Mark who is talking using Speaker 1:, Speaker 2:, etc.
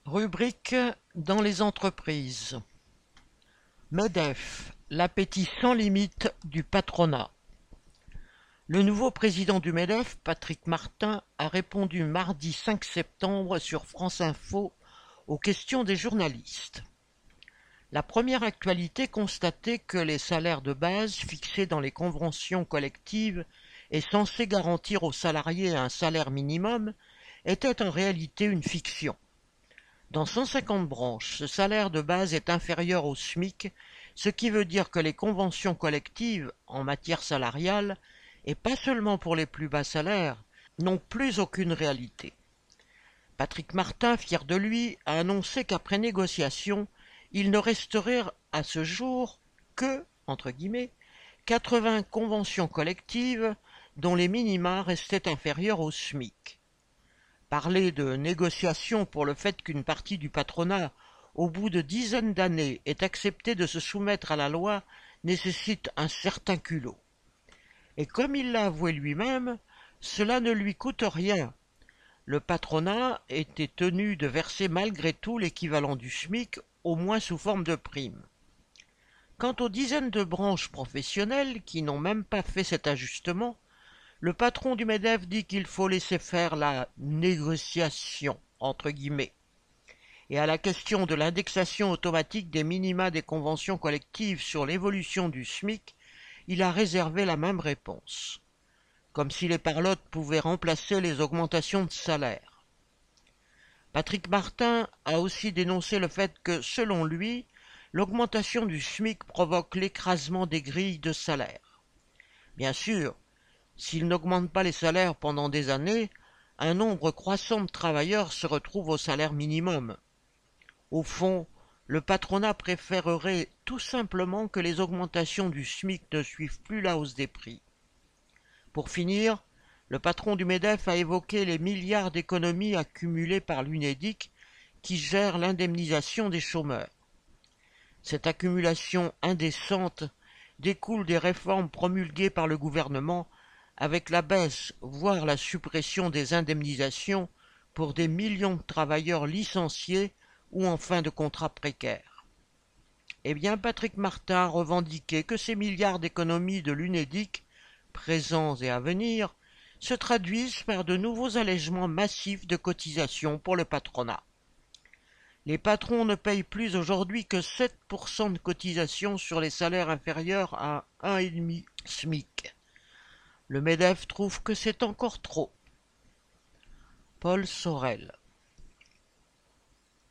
Speaker 1: Rubrique dans les entreprises. MEDEF, l'appétit sans limite du patronat. Le nouveau président du MEDEF, Patrick Martin, a répondu mardi 5 septembre sur France Info aux questions des journalistes. La première actualité constatait que les salaires de base fixés dans les conventions collectives et censés garantir aux salariés un salaire minimum étaient en réalité une fiction. Dans 150 branches, ce salaire de base est inférieur au SMIC, ce qui veut dire que les conventions collectives en matière salariale, et pas seulement pour les plus bas salaires, n'ont plus aucune réalité. Patrick Martin, fier de lui, a annoncé qu'après négociation, il ne resterait à ce jour que, entre guillemets, 80 conventions collectives dont les minima restaient inférieurs au SMIC. Parler de négociation pour le fait qu'une partie du patronat, au bout de dizaines d'années, ait accepté de se soumettre à la loi nécessite un certain culot. Et comme il l'a avoué lui-même, cela ne lui coûte rien. Le patronat était tenu de verser malgré tout l'équivalent du SMIC, au moins sous forme de prime. Quant aux dizaines de branches professionnelles qui n'ont même pas fait cet ajustement, le patron du MEDEF dit qu'il faut laisser faire la négociation, entre guillemets. Et à la question de l'indexation automatique des minima des conventions collectives sur l'évolution du SMIC, il a réservé la même réponse. Comme si les parlottes pouvaient remplacer les augmentations de salaire. Patrick Martin a aussi dénoncé le fait que, selon lui, l'augmentation du SMIC provoque l'écrasement des grilles de salaire. Bien sûr, s'il n'augmente pas les salaires pendant des années, un nombre croissant de travailleurs se retrouvent au salaire minimum. Au fond, le patronat préférerait tout simplement que les augmentations du SMIC ne suivent plus la hausse des prix. Pour finir, le patron du MEDEF a évoqué les milliards d'économies accumulées par l'UNEDIC qui gère l'indemnisation des chômeurs. Cette accumulation indécente découle des réformes promulguées par le gouvernement avec la baisse, voire la suppression des indemnisations pour des millions de travailleurs licenciés ou en fin de contrat précaire. Eh bien, Patrick Martin a revendiqué que ces milliards d'économies de l'UNEDIC, présents et à venir, se traduisent par de nouveaux allègements massifs de cotisations pour le patronat. Les patrons ne payent plus aujourd'hui que 7% de cotisations sur les salaires inférieurs à 1,5 SMIC. Le MEDEF trouve que c'est encore trop. Paul Sorel.